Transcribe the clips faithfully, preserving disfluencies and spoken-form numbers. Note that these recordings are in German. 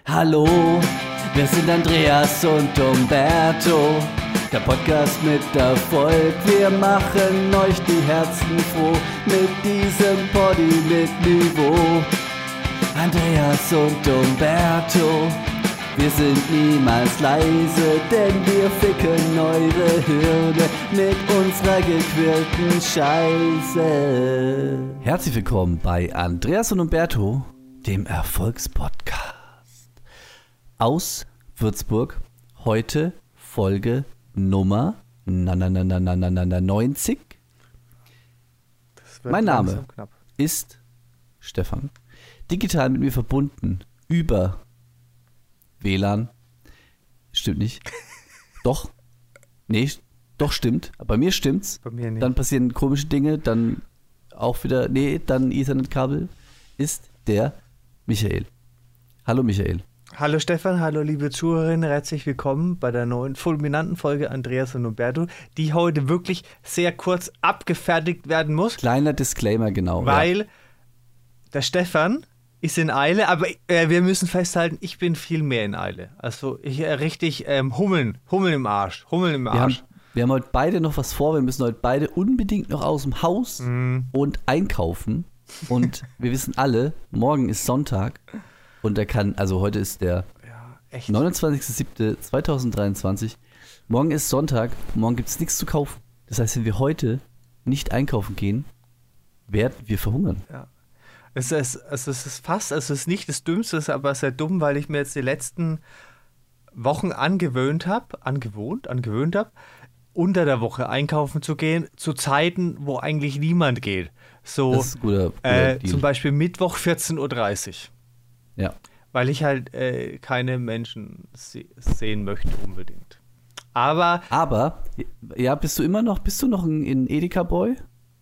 Hallo, wir sind Andreas und Umberto, der Podcast mit Erfolg. Wir machen euch die Herzen froh mit diesem Poddy mit Niveau. Andreas und Umberto, wir sind niemals leise, denn wir ficken eure Hirne mit unserer gequirlten Scheiße. Herzlich willkommen bei Andreas und Umberto, dem Erfolgspodcast aus Würzburg. Heute Folge Nummer na, na, na, na, na, na, na, neunzig. Mein Name ist Stefan. Digital mit mir verbunden über W L A N. Stimmt nicht. Doch. Nee, doch stimmt. Bei mir stimmt's. Bei mir nicht. Dann passieren komische Dinge, dann auch wieder, nee, dann Ethernet-Kabel, ist der Michael. Hallo Michael. Hallo Stefan, hallo liebe Zuhörerinnen, herzlich willkommen bei der neuen fulminanten Folge Andreas und Umberto, die heute wirklich sehr kurz abgefertigt werden muss. Kleiner Disclaimer, genau. Weil ja. der Stefan ist in Eile, aber äh, wir müssen festhalten, ich bin viel mehr in Eile. Also ich äh, richtig ähm, Hummeln, Hummeln im Arsch, Hummeln im Arsch. Wir haben, wir haben heute beide noch was vor, wir müssen heute beide unbedingt noch aus dem Haus mm. und einkaufen. Und wir wissen alle, morgen ist Sonntag und der kann, also heute ist der ja, echt? neunundzwanzigster siebter zweitausenddreiundzwanzig. Morgen ist Sonntag, morgen gibt es nichts zu kaufen. Das heißt, wenn wir heute nicht einkaufen gehen, werden wir verhungern. Ja. Es ist, also es ist fast, also es ist nicht das Dümmste, es ist aber sehr dumm, weil ich mir jetzt die letzten Wochen angewöhnt habe, angewohnt, angewöhnt habe, unter der Woche einkaufen zu gehen, zu Zeiten, wo eigentlich niemand geht. So, das ist ein guter, guter äh, Deal. Zum Beispiel Mittwoch vierzehn Uhr dreißig. Ja. Weil ich halt äh, keine Menschen se- sehen möchte unbedingt. Aber, Aber, ja, bist du immer noch, bist du noch ein, ein Edeka-Boy?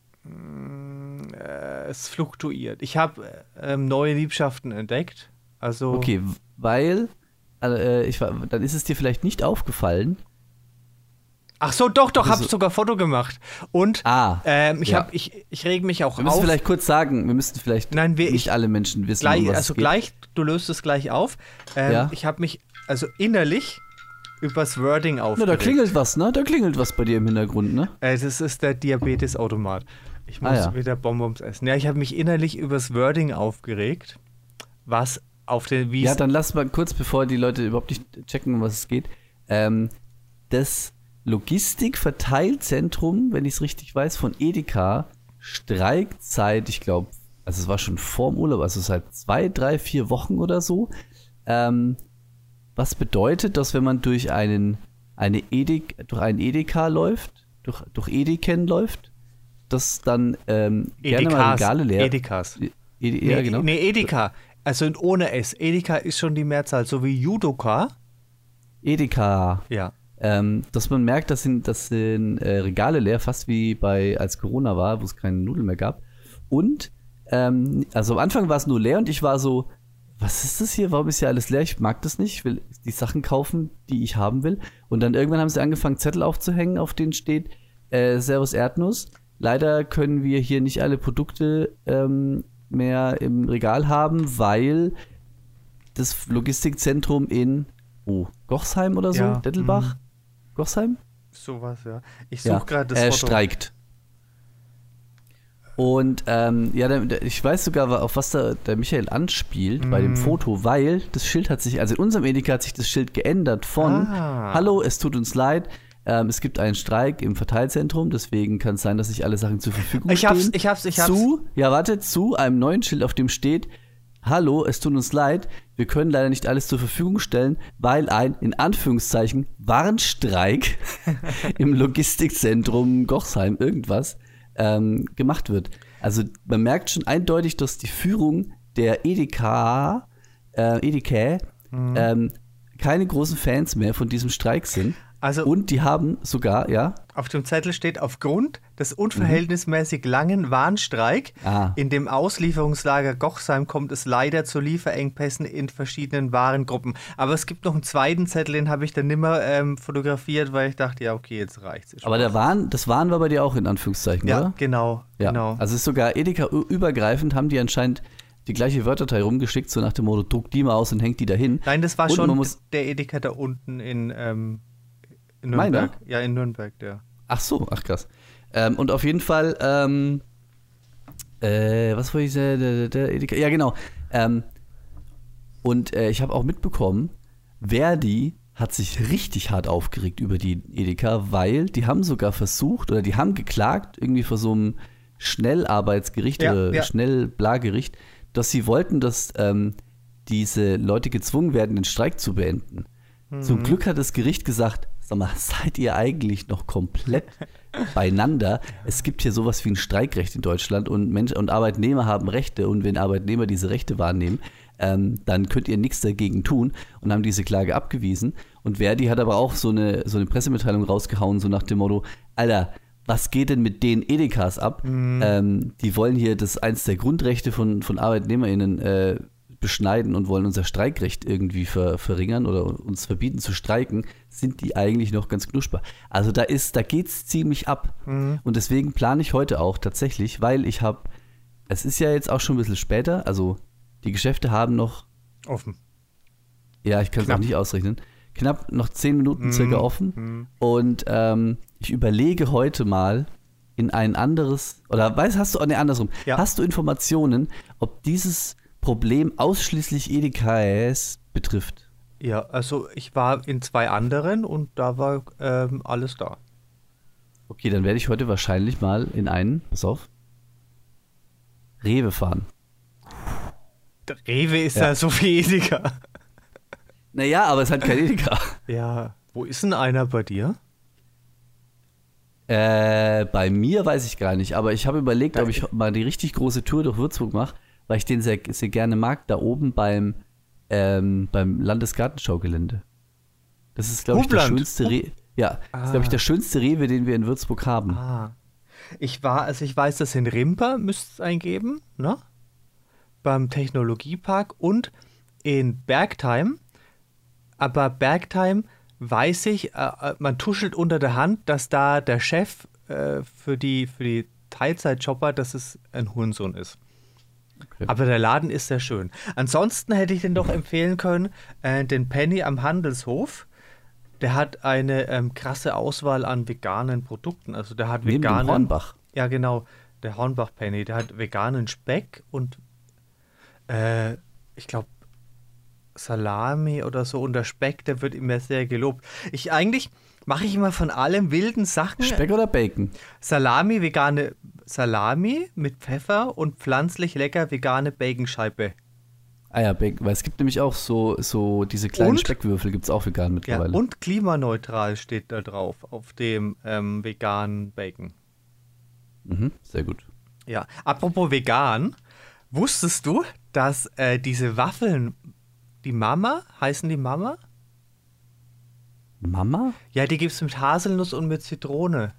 Äh, es fluktuiert. Ich habe ähm, neue Liebschaften entdeckt. Also okay, weil, äh, ich, dann ist es dir vielleicht nicht aufgefallen. Ach so, doch, doch, also, hab sogar Foto gemacht. Und ah, ähm, ich, ja. hab, ich, ich rege mich auch wir müssen auf. vielleicht kurz sagen, wir müssen vielleicht Nein, wir, nicht ich, alle Menschen wissen, gleich, um was also es geht. gleich, du löst es gleich auf. Ähm, ja. Ich habe mich also innerlich übers Wording Na, aufgeregt. da klingelt was, ne? Da klingelt was bei dir im Hintergrund, ne? Äh, das ist der Diabetesautomat. Ich muss ah, ja. wieder Bonbons essen. Ja, ich habe mich innerlich übers Wording aufgeregt, was auf den wie Ja, dann lass mal kurz, bevor die Leute überhaupt nicht checken, um was es geht. Ähm, das Logistikverteilzentrum, wenn ich es richtig weiß, von Edeka streikt seit, ich glaube, also es war schon vor dem Urlaub, also seit zwei, drei, vier Wochen oder so. Ähm, was bedeutet, dass wenn man durch einen, eine Edek, durch einen Edeka läuft, durch, durch Edeken läuft, dass dann ähm, gerne mal Regale leer... Edekas. Ede, ja, nee, genau. nee, Edeka. Also ohne S. Edeka ist schon die Mehrzahl, so wie Judoka. Edeka. Ja. Ähm, dass man merkt, dass sind, dass sind äh, Regale leer, fast wie bei als Corona war, wo es keine Nudeln mehr gab. Und ähm, also am Anfang war es nur leer und ich war so, was ist das hier? Warum ist hier alles leer? Ich mag das nicht. Ich will die Sachen kaufen, die ich haben will. Und dann irgendwann haben sie angefangen, Zettel aufzuhängen, auf denen steht äh, Servus Erdnuss. Leider können wir hier nicht alle Produkte ähm, mehr im Regal haben, weil das Logistikzentrum in oh, Gochsheim oder so, ja, Dettelbach, mh. Gochsheim? Sowas, ja. Ich suche ja, gerade das äh, Foto. streikt. Und ähm, ja, der, der, ich weiß sogar, auf was der, der Michael anspielt mm. bei dem Foto, weil das Schild hat sich, also in unserem Edeka hat sich das Schild geändert von ah. Hallo, es tut uns leid, ähm, es gibt einen Streik im Verteilzentrum, deswegen kann es sein, dass nicht alle Sachen zur Verfügung ich hab's, stehen. Ich hab's, ich hab's. Zu, ja warte, zu einem neuen Schild, auf dem steht Hallo, es tut uns leid, wir können leider nicht alles zur Verfügung stellen, weil ein, in Anführungszeichen, Warnstreik im Logistikzentrum Gochsheim irgendwas ähm, gemacht wird. Also man merkt schon eindeutig, dass die Führung der Edeka, äh, Edeka mhm. ähm, keine großen Fans mehr von diesem Streik sind. Also, und die haben sogar, ja. Auf dem Zettel steht, aufgrund des unverhältnismäßig langen Warnstreik ah. in dem Auslieferungslager Gochsheim kommt es leider zu Lieferengpässen in verschiedenen Warengruppen. Aber es gibt noch einen zweiten Zettel, den habe ich dann nimmer ähm, fotografiert, weil ich dachte, ja okay, jetzt reicht's. Aber der Warn, das Warn war bei dir auch in Anführungszeichen, ja, oder? Genau, ja, genau. Also es ist sogar Edeka übergreifend, haben die anscheinend die gleiche Word-Datei rumgeschickt, so nach dem Motto, druck die mal aus und hängt die dahin. Nein, das war und schon muss, der Edeka da unten in, ähm, in Nürnberg. Meiner? Ja, in Nürnberg, der. Ach so, ach krass. Ähm, und auf jeden Fall, ähm, äh, was wollte ich sagen? Der, der Edeka, ja genau. Ähm, und äh, ich habe auch mitbekommen, Verdi hat sich richtig hart aufgeregt über die Edeka, weil die haben sogar versucht oder die haben geklagt, irgendwie vor so einem Schnellarbeitsgericht Ja, oder ja. Schnellblagericht, dass sie wollten, dass ähm, diese Leute gezwungen werden, den Streik zu beenden. Mhm. Zum Glück hat das Gericht gesagt, sag mal, seid ihr eigentlich noch komplett beieinander? Es gibt hier sowas wie ein Streikrecht in Deutschland und Mensch, und Arbeitnehmer haben Rechte und wenn Arbeitnehmer diese Rechte wahrnehmen, ähm, dann könnt ihr nichts dagegen tun und haben diese Klage abgewiesen. Und Verdi hat aber auch so eine, so eine Pressemitteilung rausgehauen, so nach dem Motto, Alter, was geht denn mit den Edekas ab? Mhm. Ähm, die wollen hier das eins der Grundrechte von, von ArbeitnehmerInnen äh, beschneiden und wollen unser Streikrecht irgendwie ver, verringern oder uns verbieten zu streiken, sind die eigentlich noch ganz knusper. Also da ist, da geht's ziemlich ab. Mhm. Und deswegen plane ich heute auch tatsächlich, weil ich habe, es ist ja jetzt auch schon ein bisschen später, also die Geschäfte haben noch offen. Ja, ich kann es auch nicht ausrechnen. Knapp noch zehn Minuten mm, circa offen. Mm. Und ähm, ich überlege heute mal in ein anderes, oder weißt hast du, oh, ne, andersrum, ja. Hast du Informationen, ob dieses Problem ausschließlich Edekas betrifft? Ja, also ich war in zwei anderen und da war ähm, alles da. Okay, dann werde ich heute wahrscheinlich mal in einen, pass auf, Rewe fahren. Der Rewe ist ja, ja so wie Edeka. Naja, aber es hat kein Edeka. Ja, wo ist denn einer bei dir? Äh, bei mir weiß ich gar nicht, aber ich habe überlegt, da ob ich mal die richtig große Tour durch Würzburg mache, weil ich den sehr, sehr gerne mag, da oben beim, ähm, beim Landesgartenschaugelände. Das ist, glaube ich, der schönste Rewe. Ja, ah. das ist, glaube ich, der schönste Rewe, den wir in Würzburg haben. Ah. Ich war, also ich weiß, dass in Rimper müsste es eingeben, ne? Beim Technologiepark und in Bergheim. Aber Bergheim weiß ich, äh, man tuschelt unter der Hand, dass da der Chef äh, für die, für die Teilzeitjobber, dass es ein Hurensohn ist. Okay. Aber der Laden ist sehr schön. Ansonsten hätte ich den doch empfehlen können, äh, den Penny am Handelshof. Der hat eine ähm, krasse Auswahl an veganen Produkten. Also der hat Neben veganen. Dem Hornbach. Ja, genau. Der Hornbach Penny. Der hat veganen Speck und äh, ich glaube Salami oder so. Und der Speck, der wird immer sehr gelobt. Ich eigentlich mache ich immer von allem wilden Sachen. Speck oder Bacon? Salami, vegane Salami mit Pfeffer und pflanzlich lecker vegane Baconscheibe. Ah ja, Bacon, weil es gibt nämlich auch so, so diese kleinen und, Speckwürfel, gibt es auch vegan mittlerweile. Ja, und klimaneutral steht da drauf, auf dem ähm, veganen Bacon. Mhm, sehr gut. Ja, apropos vegan, wusstest du, dass äh, diese Waffeln, die Mama, heißen die Mama? Mama? Ja, die gibt es mit Haselnuss und mit Zitrone.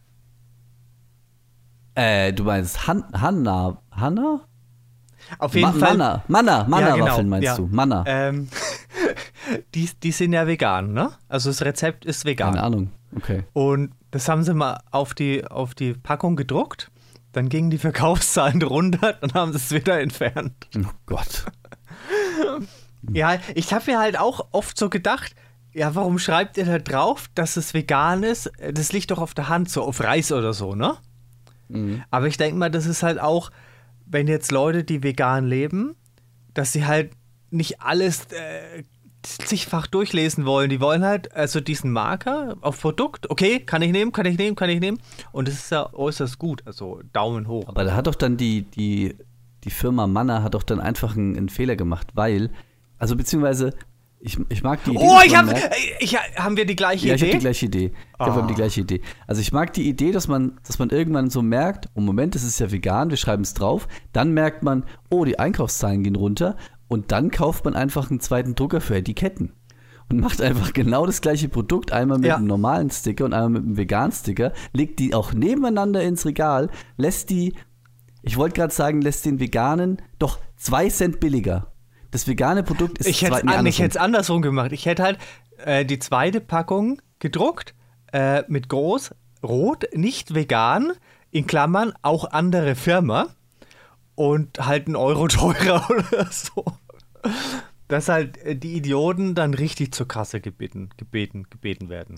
Äh, du meinst Han- Hanna, Hanna? Auf jeden Ma- Fall. Manna, Manna, Manna-Waffeln ja, genau, meinst ja. du? Manna. Ähm, die, die sind ja vegan, ne? Also das Rezept ist vegan. Keine Ahnung, okay. Und das haben sie mal auf die, auf die Packung gedruckt. Dann gingen die Verkaufszahlen runter, dann haben sie es wieder entfernt. Oh Gott. Ja, ich habe mir halt auch oft so gedacht, ja, warum schreibt ihr da drauf, dass es vegan ist? Das liegt doch auf der Hand, so auf Reis oder so, ne? Mhm. Aber ich denke mal, das ist halt auch, wenn jetzt Leute, die vegan leben, dass sie halt nicht alles äh, zigfach durchlesen wollen. Die wollen halt also diesen Marker auf Produkt, okay, kann ich nehmen, kann ich nehmen, kann ich nehmen. Und das ist ja äußerst gut, also Daumen hoch. Aber da hat doch dann die, die, die Firma Manna hat doch dann einfach einen, einen Fehler gemacht, weil, also beziehungsweise, ich, ich mag die Idee. Oh, ich habe, ich, haben wir die gleiche ja, Idee? Ja, ich habe die gleiche Idee. Ich glaube, wir haben die gleiche Idee. Also ich mag die Idee, dass man, dass man irgendwann so merkt, oh Moment, das ist ja vegan, wir schreiben es drauf. Dann merkt man, oh, die Einkaufszahlen gehen runter. Und dann kauft man einfach einen zweiten Drucker für Etiketten. Und macht einfach genau das gleiche Produkt, einmal mit ja. einem normalen Sticker und einmal mit einem veganen Sticker, legt die auch nebeneinander ins Regal, lässt die, ich wollte gerade sagen, lässt den veganen doch zwei Cent billiger. Das vegane Produkt ist ich hätte es andersrum gemacht. Ich hätte halt äh, die zweite Packung gedruckt, äh, mit groß, rot, nicht vegan, in Klammern, auch andere Firma. und halt einen Euro teurer oder so. Dass halt die Idioten dann richtig zur Kasse gebeten, gebeten, gebeten werden.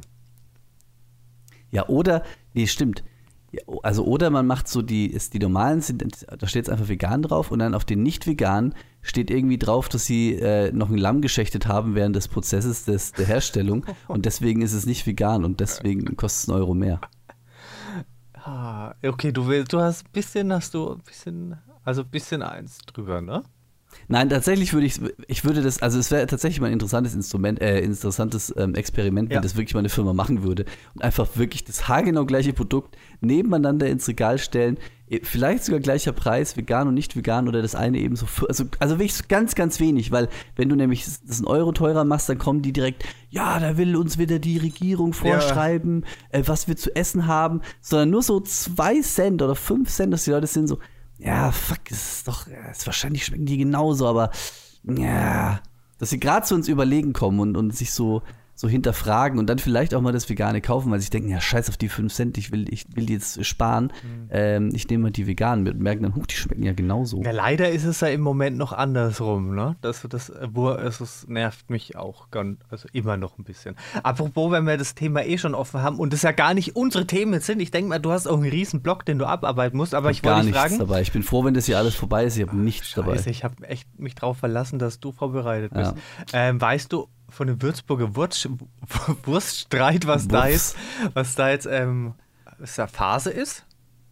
Ja, oder, nee, stimmt. Ja, also, oder man macht so die, ist die normalen sind, da steht jetzt einfach vegan drauf und dann auf den nicht-veganen steht irgendwie drauf, dass sie äh, noch ein Lamm geschächtet haben während des Prozesses des, der Herstellung und deswegen ist es nicht vegan und deswegen kostet es einen Euro mehr. Ah, okay, du willst, du hast ein bisschen, hast du ein bisschen, also ein bisschen eins drüber, ne? Nein, tatsächlich würde ich, ich würde das, also es wäre tatsächlich mal ein interessantes Instrument, äh, interessantes ähm, Experiment, wenn Ja. das wirklich mal eine Firma machen würde und einfach wirklich das haargenau gleiche Produkt nebeneinander ins Regal stellen, eh, vielleicht sogar gleicher Preis, vegan und nicht vegan oder das eine eben so, für, also, also wirklich so ganz, ganz wenig, weil wenn du nämlich das einen Euro teurer machst, dann kommen die direkt, ja, da will uns wieder die Regierung vorschreiben, äh, was wir zu essen haben, sondern nur so zwei Cent oder fünf Cent, dass die Leute sind so, ja, fuck, es ist doch, es ist wahrscheinlich schmecken die genauso, aber ja, dass sie gerade zu uns überlegen kommen und, und sich so, so hinterfragen und dann vielleicht auch mal das Vegane kaufen, weil sie denken, ja, scheiß auf die fünf Cent, ich will, ich will die jetzt sparen, mhm. ähm, ich nehme mal die Veganen mit und merken dann, huch, die schmecken ja genauso. Ja, leider ist es ja im Moment noch andersrum, ne? Das, das, wo, es es nervt mich auch ganz, also immer noch ein bisschen. Apropos, wenn wir das Thema eh schon offen haben und das ja gar nicht unsere Themen sind, ich denke mal, du hast auch einen riesen Block, den du abarbeiten musst, aber ich, ich wollte dich fragen. Dabei. Ich bin froh, wenn das hier alles vorbei ist, ich habe nichts Scheiße, dabei. Ich habe echt mich drauf verlassen, dass du vorbereitet bist. Ja. Ähm, weißt du von dem Würzburger Wurst, Wurststreit, was Wups. da ist, was da jetzt ähm, was da Phase ist?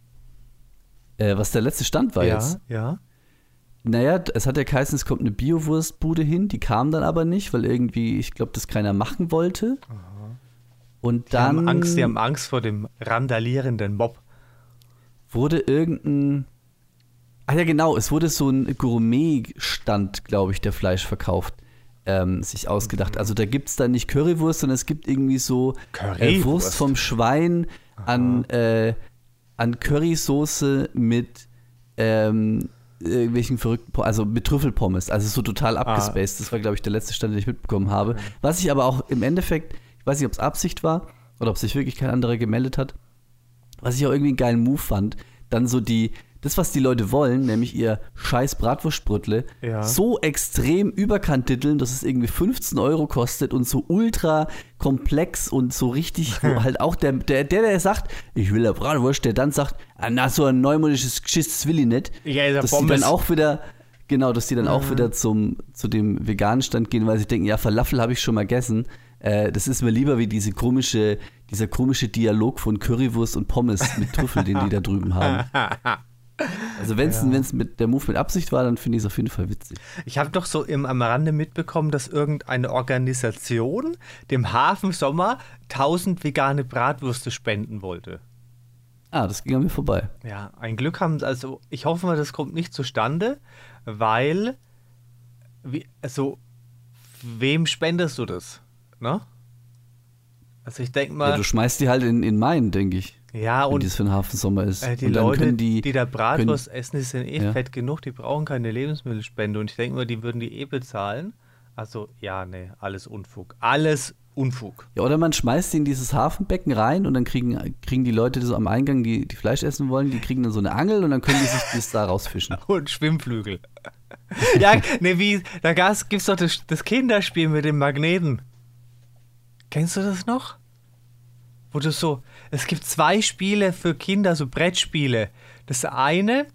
Äh, was der letzte Stand war ja, jetzt. Ja. Naja, es hat ja geheißen, es kommt eine Bio-Wurstbude hin, die kam dann aber nicht, weil irgendwie, ich glaube, das keiner machen wollte. Aha. Und Die dann haben Angst, die haben Angst vor dem randalierenden Mob. wurde irgendein, ach ja genau, es wurde so ein Gourmet-Stand, glaube ich, der Fleisch verkauft, ähm, sich ausgedacht. Also da gibt es dann nicht Currywurst, sondern es gibt irgendwie so äh, Wurst vom Schwein an, äh, an Currysoße mit ähm, irgendwelchen verrückten, also mit Trüffelpommes. Also so total abgespaced. Das war, glaube ich, der letzte Stand, den ich mitbekommen habe. Was ich aber auch im Endeffekt, ich weiß nicht, ob es Absicht war oder ob sich wirklich kein anderer gemeldet hat, was ich auch irgendwie einen geilen Move fand, dann so die, das, was die Leute wollen, nämlich ihr scheiß Bratwurstbrötle, Ja. so extrem überkantiteln, dass es irgendwie fünfzehn Euro kostet und so ultra komplex und so richtig, wo halt auch der, der, der, der sagt, ich will eine Bratwurst, der dann sagt, ah, na, so ein neumodisches Geschiss, das will ich nicht. Ja, ist dass Pommes. die dann auch wieder, genau, dass die dann Mhm. auch wieder zum, zu dem veganen Stand gehen, weil sie denken, ja, Falafel habe ich schon mal gegessen. Äh, das ist mir lieber wie diese komische, dieser komische Dialog von Currywurst und Pommes mit Trüffel, den die da drüben haben. Also wenn es Ja. wenn's mit der Move mit Absicht war, dann finde ich es auf jeden Fall witzig. Ich habe doch so im, am Rande mitbekommen, dass irgendeine Organisation dem Hafen Sommer tausend vegane Bratwürste spenden wollte. Ah, das ging an mir vorbei. Ja, ein Glück haben sie, also ich hoffe mal, das kommt nicht zustande, weil, wie, also, wem spendest du das? Ne? Also ich denke mal, Ja, du schmeißt die halt in, in Main, denke ich, ja, wenn und das für einen Hafensommer ist. äh, die und dann Leute, können die, die, da Bratwurst essen, die sind eh ja. fett genug, die brauchen keine Lebensmittelspende und ich denke mal, die würden die eh bezahlen. Also, ja, nee, alles Unfug. Alles Unfug. Ja, oder man schmeißt die in dieses Hafenbecken rein und dann kriegen, kriegen die Leute, die so am Eingang, die, die Fleisch essen wollen, die kriegen dann so eine Angel und dann können die sich das da rausfischen. Und Schwimmflügel. Ja, ne, wie, da gibt es doch das, das Kinderspiel mit dem Magneten. Kennst du das noch? Wo du so, es gibt zwei Spiele für Kinder, so Brettspiele. Das eine,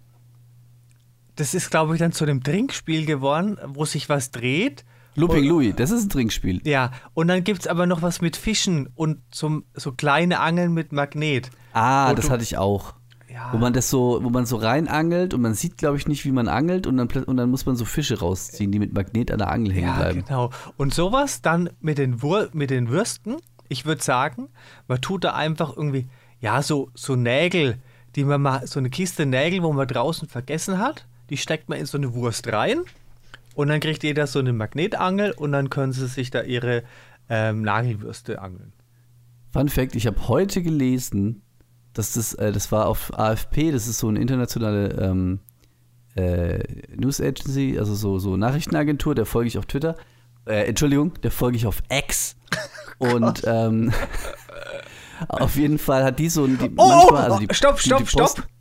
das ist, glaube ich, dann zu einem Trinkspiel geworden, wo sich was dreht. Looping Und- Louis, das ist ein Trinkspiel. Ja, und dann gibt es aber noch was mit Fischen und so, so kleine Angeln mit Magnet. Ah, Wo das du- hatte ich auch. Ja, Wo man das so, wo man so reinangelt und man sieht, glaube ich, nicht, wie man angelt und dann, plö- und dann muss man so Fische rausziehen, die mit Magnet an der Angel hängen ja bleiben. genau. Und sowas dann mit den, Wur mit den Würsten, ich würde sagen, man tut da einfach irgendwie, ja, so, so Nägel, die man mal, so eine Kiste Nägel, wo man draußen vergessen hat, die steckt man in so eine Wurst rein und dann kriegt jeder so eine Magnetangel und dann können sie sich da ihre ähm, Nagelwürste angeln. Fun Fact, ich habe heute gelesen, dass das, äh, das war auf A F P, das ist so eine internationale ähm, äh, News Agency, also so, so Nachrichtenagentur, der folge ich auf Twitter. Äh, Entschuldigung, der folge ich auf X. Und ähm, auf jeden Fall hat die so ein. Die, Oh, manchmal, oh, also die, stopp, die- stopp, die Post- stopp.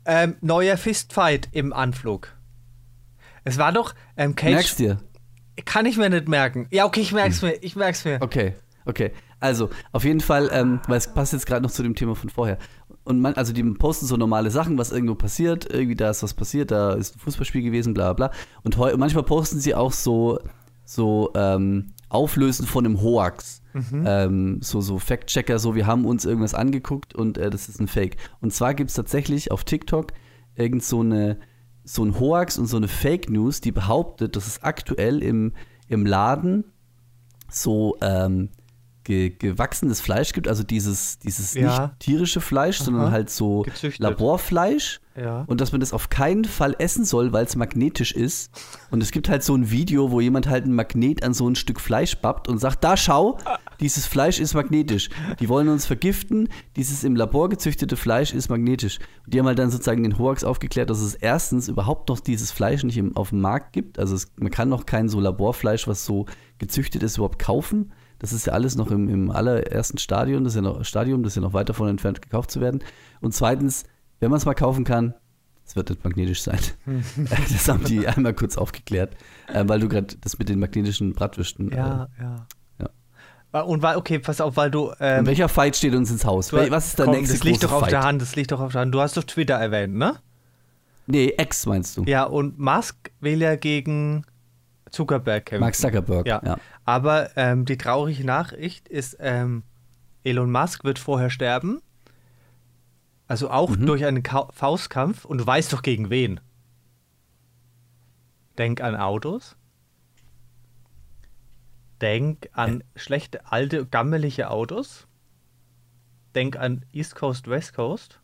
ähm, neuer Fistfight im Anflug. Es war doch ähm, Cage. Merkst dir? Kann ich mir nicht merken. Ja, okay, ich merk's hm. mir. Ich merk's mir. Okay, okay. Also, auf jeden Fall, ähm, weil es passt jetzt gerade noch zu dem Thema von vorher. Und man, also die posten so normale Sachen, was irgendwo passiert, irgendwie da ist was passiert, da ist ein Fußballspiel gewesen, bla bla. Und heu- manchmal posten sie auch so, so ähm, Auflösen von einem Hoax. Mhm. Ähm, so, so Fact-Checker, so wir haben uns irgendwas angeguckt und äh, das ist ein Fake. Und zwar gibt es tatsächlich auf TikTok irgend so eine so ein Hoax und so eine Fake News, die behauptet, dass es aktuell im, im Laden so ähm, ge, gewachsenes Fleisch gibt, also dieses, dieses Ja. nicht tierische Fleisch, Aha. sondern halt so Gezüchtet. Laborfleisch. Ja. Und dass man das auf keinen Fall essen soll, weil es magnetisch ist. Und es gibt halt so ein Video, wo jemand halt ein Magnet an so ein Stück Fleisch bappt und sagt, da schau, dieses Fleisch ist magnetisch. Die wollen uns vergiften, dieses im Labor gezüchtete Fleisch ist magnetisch. Und die haben halt dann sozusagen den Hoax aufgeklärt, dass es erstens überhaupt noch dieses Fleisch nicht im, auf dem Markt gibt. Also es, man kann noch kein so Laborfleisch, was so gezüchtet ist, überhaupt kaufen. Das ist ja alles noch im, im allerersten Stadium, das ist ja noch Stadium, das ist ja noch weit davon entfernt, gekauft zu werden. Und zweitens, wenn man es mal kaufen kann, es wird nicht magnetisch sein. Das haben die einmal kurz aufgeklärt, äh, weil du gerade das mit den magnetischen Bratwürsten. Ja, äh, ja. ja. Und weil, okay, pass auf, weil du. Ähm, Und welcher Fight steht uns ins Haus? du, Was ist der komm, nächste das liegt große doch auf Fight? der Hand, das liegt doch auf der Hand. Du hast doch Twitter erwähnt, ne? Nee, X meinst du? Ja, und Musk will ja gegen Zuckerberg kämpfen. Mark Zuckerberg, ja. ja. Aber ähm, die traurige Nachricht ist, ähm, Elon Musk wird vorher sterben. Also auch Mhm. durch einen Ka- Faustkampf. Und du weißt doch gegen wen. Denk an Autos. Denk an Äh. schlechte, alte, gammelige Autos. Denk an East Coast, West Coast.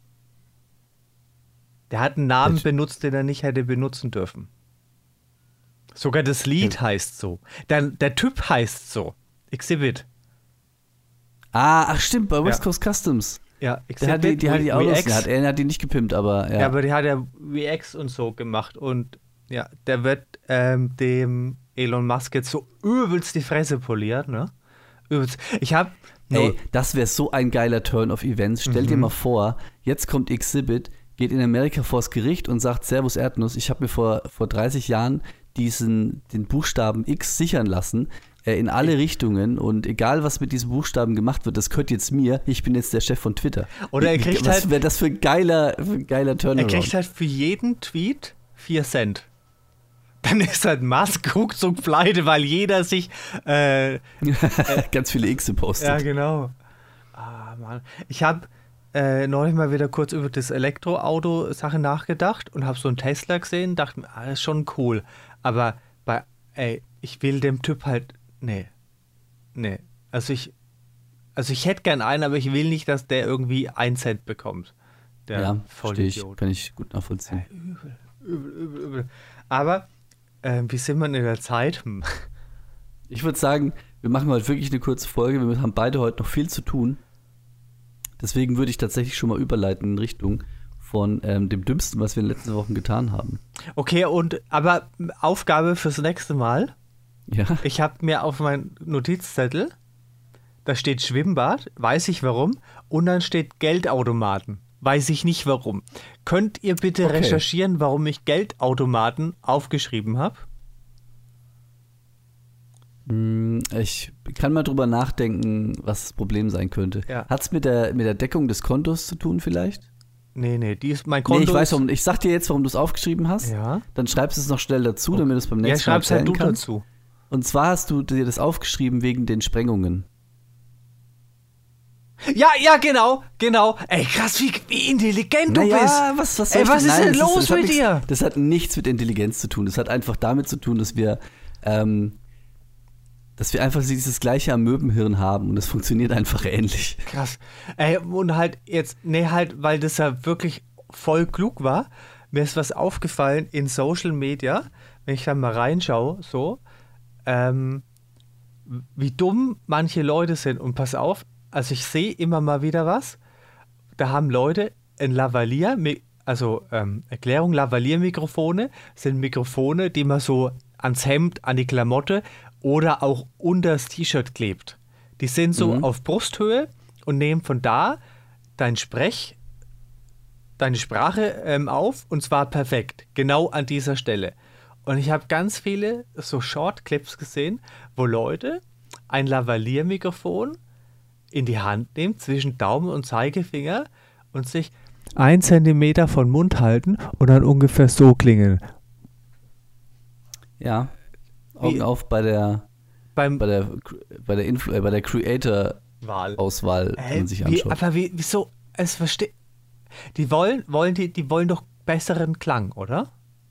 Der hat einen Namen Welch- benutzt, den er nicht hätte benutzen dürfen. Sogar das Lied Ja. heißt so. Der, der Typ heißt so. Exhibit. Ah, ach stimmt, bei West Ja. Coast Customs. Ja, Der Exhibit. hat die, die, hat die Autos, V X. der hat, er hat die nicht gepimpt, aber ja. Ja, aber die hat ja V X und so gemacht. Und ja, der wird ähm, dem Elon Musk jetzt so übelst die Fresse poliert, ne? Übelst. Ich hab. Ey, das wäre so ein geiler Turn of Events. Stell dir Mhm. mal vor, jetzt kommt Exhibit, geht in Amerika vors Gericht und sagt, Servus Erdnuss, ich habe mir vor, vor dreißig Jahren diesen, den Buchstaben X sichern lassen, äh, in alle Richtungen, und egal, was mit diesem Buchstaben gemacht wird, das gehört jetzt mir, ich bin jetzt der Chef von Twitter. Oder er Wie- kriegt was halt- wäre das für ein geiler, für ein geiler Er Turnaround? kriegt halt für jeden Tweet vier Cent. Dann ist halt Musk ruckzuck pleite, weil jeder sich. Äh, Ganz viele X postet. ja, genau. Ah, Mann. Ich habe äh, neulich mal wieder kurz über das Elektroauto-Sache nachgedacht und habe so einen Tesla gesehen, dachte mir, ah, das ist schon cool. Aber bei, ey, ich will dem Typ halt. Nee. Nee. Also ich. Also ich hätte gern einen, aber ich will nicht, dass der irgendwie einen Cent bekommt. Der Ja, verstehe ich, Vollidiot. kann ich gut nachvollziehen. Übel, übel, übel, übel. Aber ähm, wie sind wir in der Zeit? Hm. Ich würde sagen, wir machen heute wirklich eine kurze Folge. Wir haben beide heute noch viel zu tun. Deswegen würde ich tatsächlich schon mal überleiten in Richtung von ähm, dem Dümmsten, was wir in den letzten Wochen getan haben. Okay, und aber Aufgabe fürs nächste Mal. Ja, Ich habe mir auf meinen Notizzettel, da steht Schwimmbad, weiß ich warum, und dann steht Geldautomaten, weiß ich nicht warum. Könnt ihr bitte Okay. recherchieren, warum ich Geldautomaten aufgeschrieben habe? Hm, ich kann mal drüber nachdenken, was das Problem sein könnte. Ja. Hat es mit der, mit der Deckung des Kontos zu tun vielleicht? Nee, nee, die ist mein Konto. Nee, ich weiß ist- warum. Ich sag dir jetzt, warum du es aufgeschrieben hast. Ja, Dann schreibst du es noch schnell dazu, damit du es beim ja nächsten Mal schreib's halt erzählen du kannst. dazu. Und zwar hast du dir das aufgeschrieben wegen den Sprengungen. Ja, ja, genau, genau. Ey, krass, wie, wie intelligent du bist. Naja, was, was soll Ey, ich was denn- ist Nein, denn das los das hat mit nichts, dir? Das hat nichts mit Intelligenz zu tun. Das hat einfach damit zu tun, dass wir, ähm, dass wir einfach dieses gleiche Amöbenhirn haben und das funktioniert einfach ähnlich. Krass. Ey, und halt jetzt, nee, halt, weil das ja wirklich voll klug war, mir ist was aufgefallen in Social Media, wenn ich da mal reinschaue, so, ähm, wie dumm manche Leute sind. Und pass auf, also ich sehe immer mal wieder was, da haben Leute ein Lavalier, also ähm, Erklärung, Lavalier-Mikrofone sind Mikrofone, die man so ans Hemd, an die Klamotte oder auch unter das T-Shirt klebt. Die sind so Mhm. auf Brusthöhe und nehmen von da dein Sprech, deine Sprache ähm, auf und zwar perfekt, genau an dieser Stelle. Und ich habe ganz viele so Short-Clips gesehen, wo Leute ein Lavalier-Mikrofon in die Hand nehmen, zwischen Daumen und Zeigefinger und sich ein Zentimeter von Mund halten und dann ungefähr so klingen. Ja, Augen Wie- auf bei der Beim bei der bei der Influ äh, bei der Creator-Auswahl, Wahl. die man sich wie, anschaut. aber wie, wieso? Es versteht. Die wollen, wollen die, die wollen doch besseren Klang, oder?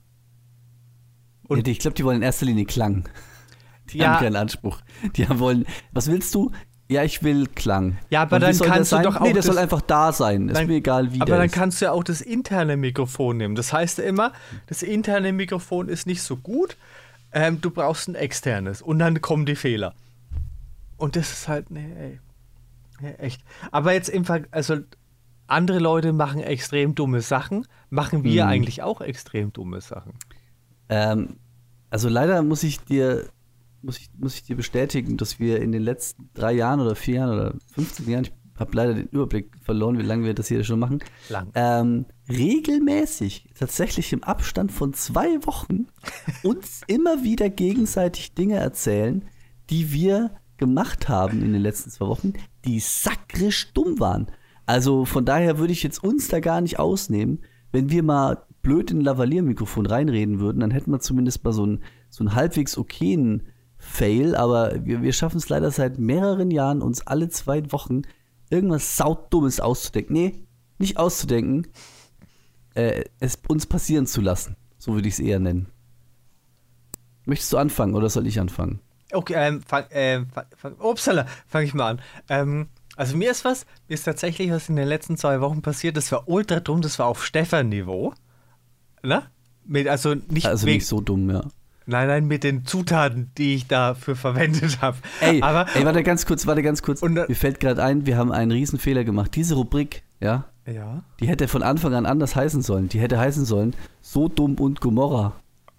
Ja, die- ich glaube, die wollen in erster Linie Klang. Die Ja. haben keinen Anspruch. Die haben wollen, was willst du? Ja, ich will Klang. Ja, aber Und wie dann soll der kannst du sein? doch auch Nee, das das- soll einfach da sein. Ist Dann- mir egal, wie Aber der dann ist. kannst du ja auch das interne Mikrofon nehmen. Das heißt ja immer, das interne Mikrofon ist nicht so gut. Ähm, du brauchst ein externes. Und dann kommen die Fehler. Und das ist halt, nee, ey. Ja, echt. Aber jetzt im Ver also andere Leute machen extrem dumme Sachen. Machen wir Mhm. eigentlich auch extrem dumme Sachen? Ähm, also leider muss ich dir muss ich, muss ich dir bestätigen, dass wir in den letzten drei Jahren oder vier Jahren oder fünfzehn Jahren, ich habe leider den Überblick verloren, wie lange wir das hier schon machen, Lang. ähm, regelmäßig, tatsächlich im Abstand von zwei Wochen, uns immer wieder gegenseitig Dinge erzählen, die wir gemacht haben in den letzten zwei Wochen, die sakrisch dumm waren. Also von daher würde ich jetzt uns da gar nicht ausnehmen. Wenn wir mal blöd in ein Lavalier-Mikrofon reinreden würden, dann hätten wir zumindest mal so einen, so einen halbwegs okayen Fail, aber wir, wir schaffen es leider seit mehreren Jahren, uns alle zwei Wochen irgendwas saudummes auszudenken. Nee, nicht auszudenken, äh, es uns passieren zu lassen. So würde ich es eher nennen. Möchtest du anfangen oder soll ich anfangen? Okay, ähm, fang, ähm, fang, fang, upsala, fange ich mal an. Ähm, also mir ist was, mir ist tatsächlich was in den letzten zwei Wochen passiert, das war ultra dumm, das war auf Stefan-Niveau. Ne? Mit, also nicht Also wegen, nicht so dumm, ja. nein, nein, mit den Zutaten, die ich dafür verwendet habe. Ey, Aber, ey, warte ganz kurz, warte ganz kurz. Und, äh, Mir fällt gerade ein, wir haben einen riesen Fehler gemacht. Diese Rubrik, ja, ja. die hätte von Anfang an anders heißen sollen. Die hätte heißen sollen, Sodom und Gomorra.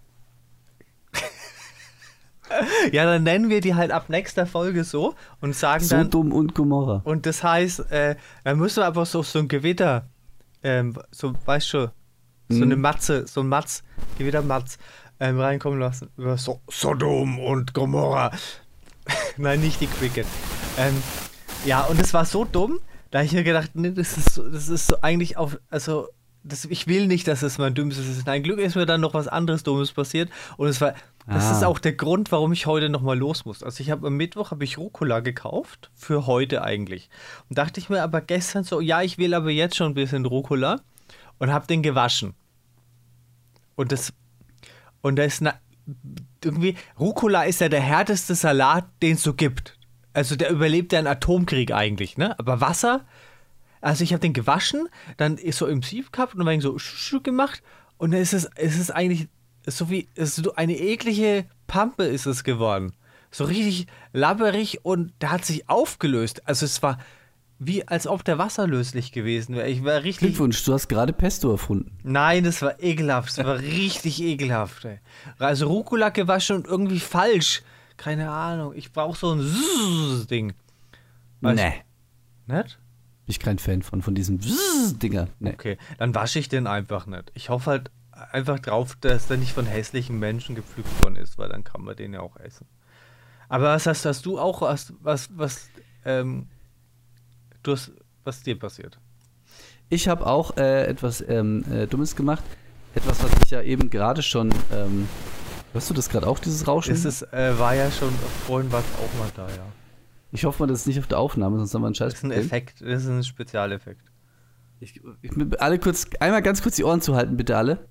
Ja, dann nennen wir die halt ab nächster Folge so und sagen dann, Sodom und Gomorra. und das heißt, äh, dann müssen wir aber so, so ein Gewitter, ähm, so, weißt du, so Mhm. eine Matze, so ein Matz, Gewittermatz ähm, reinkommen lassen. Über so Sodom und Gomorra. Nein, nicht die Cricket. Ähm, ja, und es war so dumm, da hab ich mir gedacht, nee, das ist so, das ist so eigentlich auf, also, das, ich will nicht, dass es mein Dümmstes ist. Nein, Glück ist mir dann noch was anderes Dummes passiert und es war, das Ah. ist auch der Grund, warum ich heute nochmal los muss. Also ich habe am Mittwoch habe ich Rucola gekauft, für heute eigentlich. Und dachte ich mir aber gestern so, ja, ich will aber jetzt schon ein bisschen Rucola und habe den gewaschen. Und das, und das ist na, irgendwie, Rucola ist ja der härteste Salat, den es so gibt. Also der überlebt ja einen Atomkrieg eigentlich, ne? Aber Wasser, also ich habe den gewaschen, dann ist so im Sieb gehabt und dann war ich so sch- sch- gemacht und dann ist es, ist es eigentlich so wie, es ist so eine eklige Pampe ist es geworden. So richtig labberig und der hat sich aufgelöst. Also es war wie, als ob der wasserlöslich gewesen wäre. Ich war richtig... Glückwunsch, du hast gerade Pesto erfunden. Nein, das war ekelhaft. Das war richtig ekelhaft. Ey. Also Rucola gewaschen und irgendwie falsch. Keine Ahnung. Ich brauche so ein Zzz-Ding. Weißt Nee. du? Nicht? Bin ich kein Fan von, von diesen Dinger. Nee. Okay, dann wasche ich den einfach nicht. Ich hoffe halt einfach drauf, dass der nicht von hässlichen Menschen gepflückt worden ist, weil dann kann man den ja auch essen. Aber was hast, hast du auch, was, was, was, ähm, du hast, was dir passiert? Ich habe auch äh, etwas ähm, äh, Dummes gemacht. Etwas, was ich ja eben gerade schon. Ähm, hörst du das gerade auch, dieses Rauschen? Das ist, äh, war ja schon, vorhin war es auch mal da, ja. Ich hoffe mal, das ist nicht auf der Aufnahme, sonst haben wir einen Scheiß. Das ist ein Effekt, das ist ein Spezialeffekt. Ich, ich, alle kurz, einmal ganz kurz die Ohren zuhalten, bitte alle.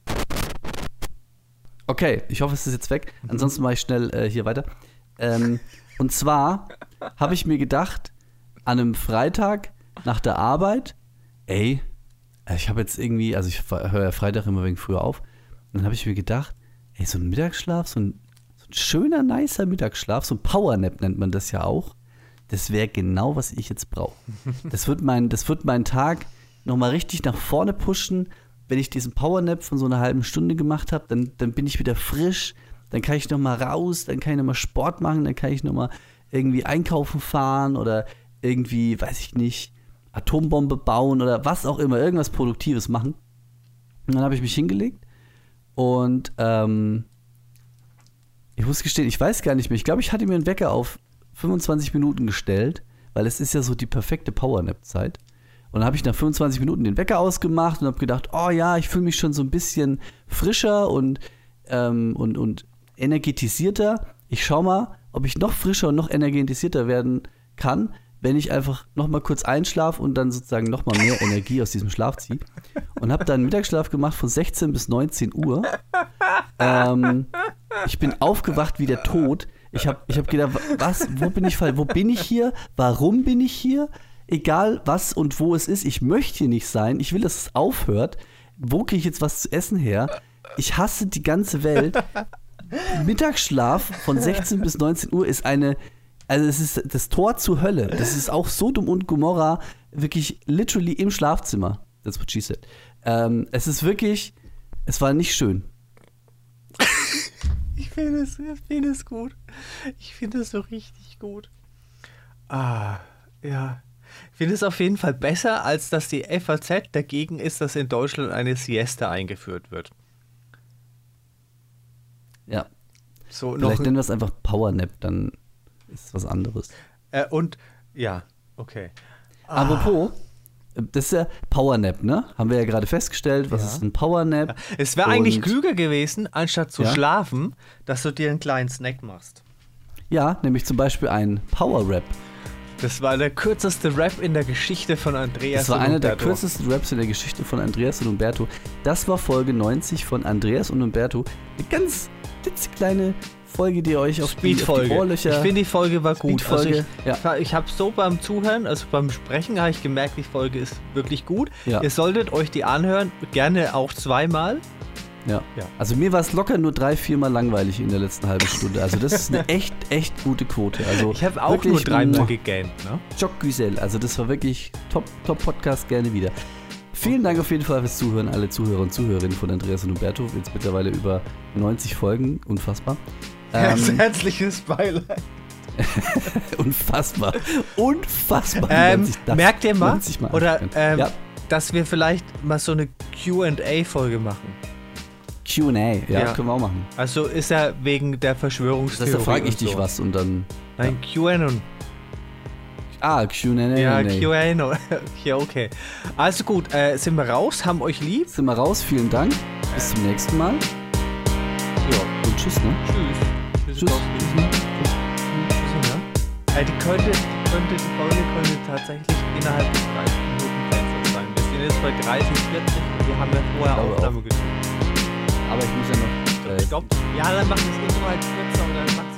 Okay, ich hoffe, es ist jetzt weg. Ansonsten mache ich schnell äh, hier weiter. Ähm, und zwar habe ich mir gedacht, an einem Freitag nach der Arbeit, ey, ich habe jetzt irgendwie, also ich höre ja Freitag immer wegen früher auf, und dann habe ich mir gedacht, ey, so ein Mittagsschlaf, so ein, so ein schöner, nicer Mittagsschlaf, so ein Powernap nennt man das ja auch, das wäre genau, was ich jetzt brauche. Das wird mein, das wird meinen Tag nochmal richtig nach vorne pushen. Wenn ich diesen Powernap von so einer halben Stunde gemacht habe, dann, dann bin ich wieder frisch, dann kann ich nochmal raus, dann kann ich nochmal Sport machen, dann kann ich nochmal irgendwie einkaufen fahren oder irgendwie, weiß ich nicht, Atombombe bauen oder was auch immer, irgendwas Produktives machen. Und dann habe ich mich hingelegt und ähm, ich muss gestehen, ich weiß gar nicht mehr. Ich glaube, ich hatte mir einen Wecker auf fünfundzwanzig Minuten gestellt, weil es ist ja so die perfekte Powernap-Zeit. Und dann habe ich nach fünfundzwanzig Minuten den Wecker ausgemacht und habe gedacht, oh ja, ich fühle mich schon so ein bisschen frischer und, ähm, und, und energetisierter. Ich schau mal, ob ich noch frischer und noch energetisierter werden kann, wenn ich einfach noch mal kurz einschlafe und dann sozusagen noch mal mehr Energie aus diesem Schlaf ziehe. Und habe dann einen Mittagsschlaf gemacht von sechzehn bis neunzehn Uhr. Ähm, ich bin aufgewacht wie der Tod. Ich habe ich hab gedacht, was, wo bin ich, wo bin ich hier? Warum bin ich hier? Egal was und wo es ist, ich möchte hier nicht sein. Ich will, dass es aufhört. Wo kriege ich jetzt was zu essen her? Ich hasse die ganze Welt. Mittagsschlaf von sechzehn bis neunzehn Uhr ist eine, also es ist das Tor zur Hölle. Das ist auch Sodom und Gomorra wirklich literally im Schlafzimmer. That's what she said. Ähm, es ist wirklich, es war nicht schön. Ich finde es, ich finde es gut. Ich finde es so richtig gut. Ah, ja. Ich finde es auf jeden Fall besser, als dass die F A Z dagegen ist, dass in Deutschland eine Siesta eingeführt wird. Ja. So, Vielleicht noch nennen wir es einfach Powernap, dann ist es was anderes. Äh, und, ja, okay. Ah. Apropos, das ist ja Powernap, ne? Haben wir ja gerade festgestellt, was Ja. ist ein Powernap? Es wäre eigentlich klüger gewesen, anstatt zu Ja? schlafen, dass du dir einen kleinen Snack machst. Ja, nämlich zum Beispiel ein Power-Rap. Das war der kürzeste Rap in der Geschichte von Andreas Das war und einer der Umberto. kürzesten Raps in der Geschichte von Andreas und Umberto. Das war Folge neunzig von Andreas und Umberto. Eine ganz klitzekleine Folge, die ihr euch auf die, auf die Speedfolge. Ohrlöcher... Ich finde, die Folge war gut. Also Speedfolge, ich ja. ich habe so beim Zuhören, also beim Sprechen, habe ich gemerkt, die Folge ist wirklich gut. Ja. Ihr solltet euch die anhören, gerne auch zweimal. Ja. Ja. Also mir war es locker nur drei, viermal langweilig in der letzten halben Stunde. Also das ist eine echt, echt gute Quote. Also Ich habe auch wirklich, nur dreimal mm, gegähnt. Ne? Jock Güsel. Also das war wirklich top, top Podcast, gerne wieder. Vielen Dank auf jeden Fall fürs Zuhören, alle Zuhörer und Zuhörerinnen von Andreas und Umberto. Jetzt mittlerweile über neunzig Folgen. Unfassbar. Ähm, Herzliches Beileid. unfassbar. Unfassbar. Ähm, neunzig das merkt ihr mal, neunzig Mal oder anstrengend. ähm, ja. dass wir vielleicht mal so eine Q and A-Folge machen. Q and A, ja, Ja. können wir auch machen. Also ist ja wegen der Das Verschwörungstheorie. heißt, da frage ich und dich so. was und dann... Nein, Q and A. Ah, Q and A. Ja, nee. Q and A. Ja, okay. Also gut, äh, sind wir raus, haben euch lieb. Sind wir raus, vielen Dank. Bis zum nächsten Mal. Ja, Und tschüss, ne? tschüss. Tschüss. Tschüss, ja. Äh, die könnte, die könnte, die Folge könnte tatsächlich innerhalb des dreißig Minuten Fensters sein. Wir sind jetzt bei dreißig, vierzig und wir haben ja vorher glaube Aufnahme gedrückt. Aber ich muss ja noch... Äh, Stopp. Ja, dann machen wir das Intro halt kürzer und dann macht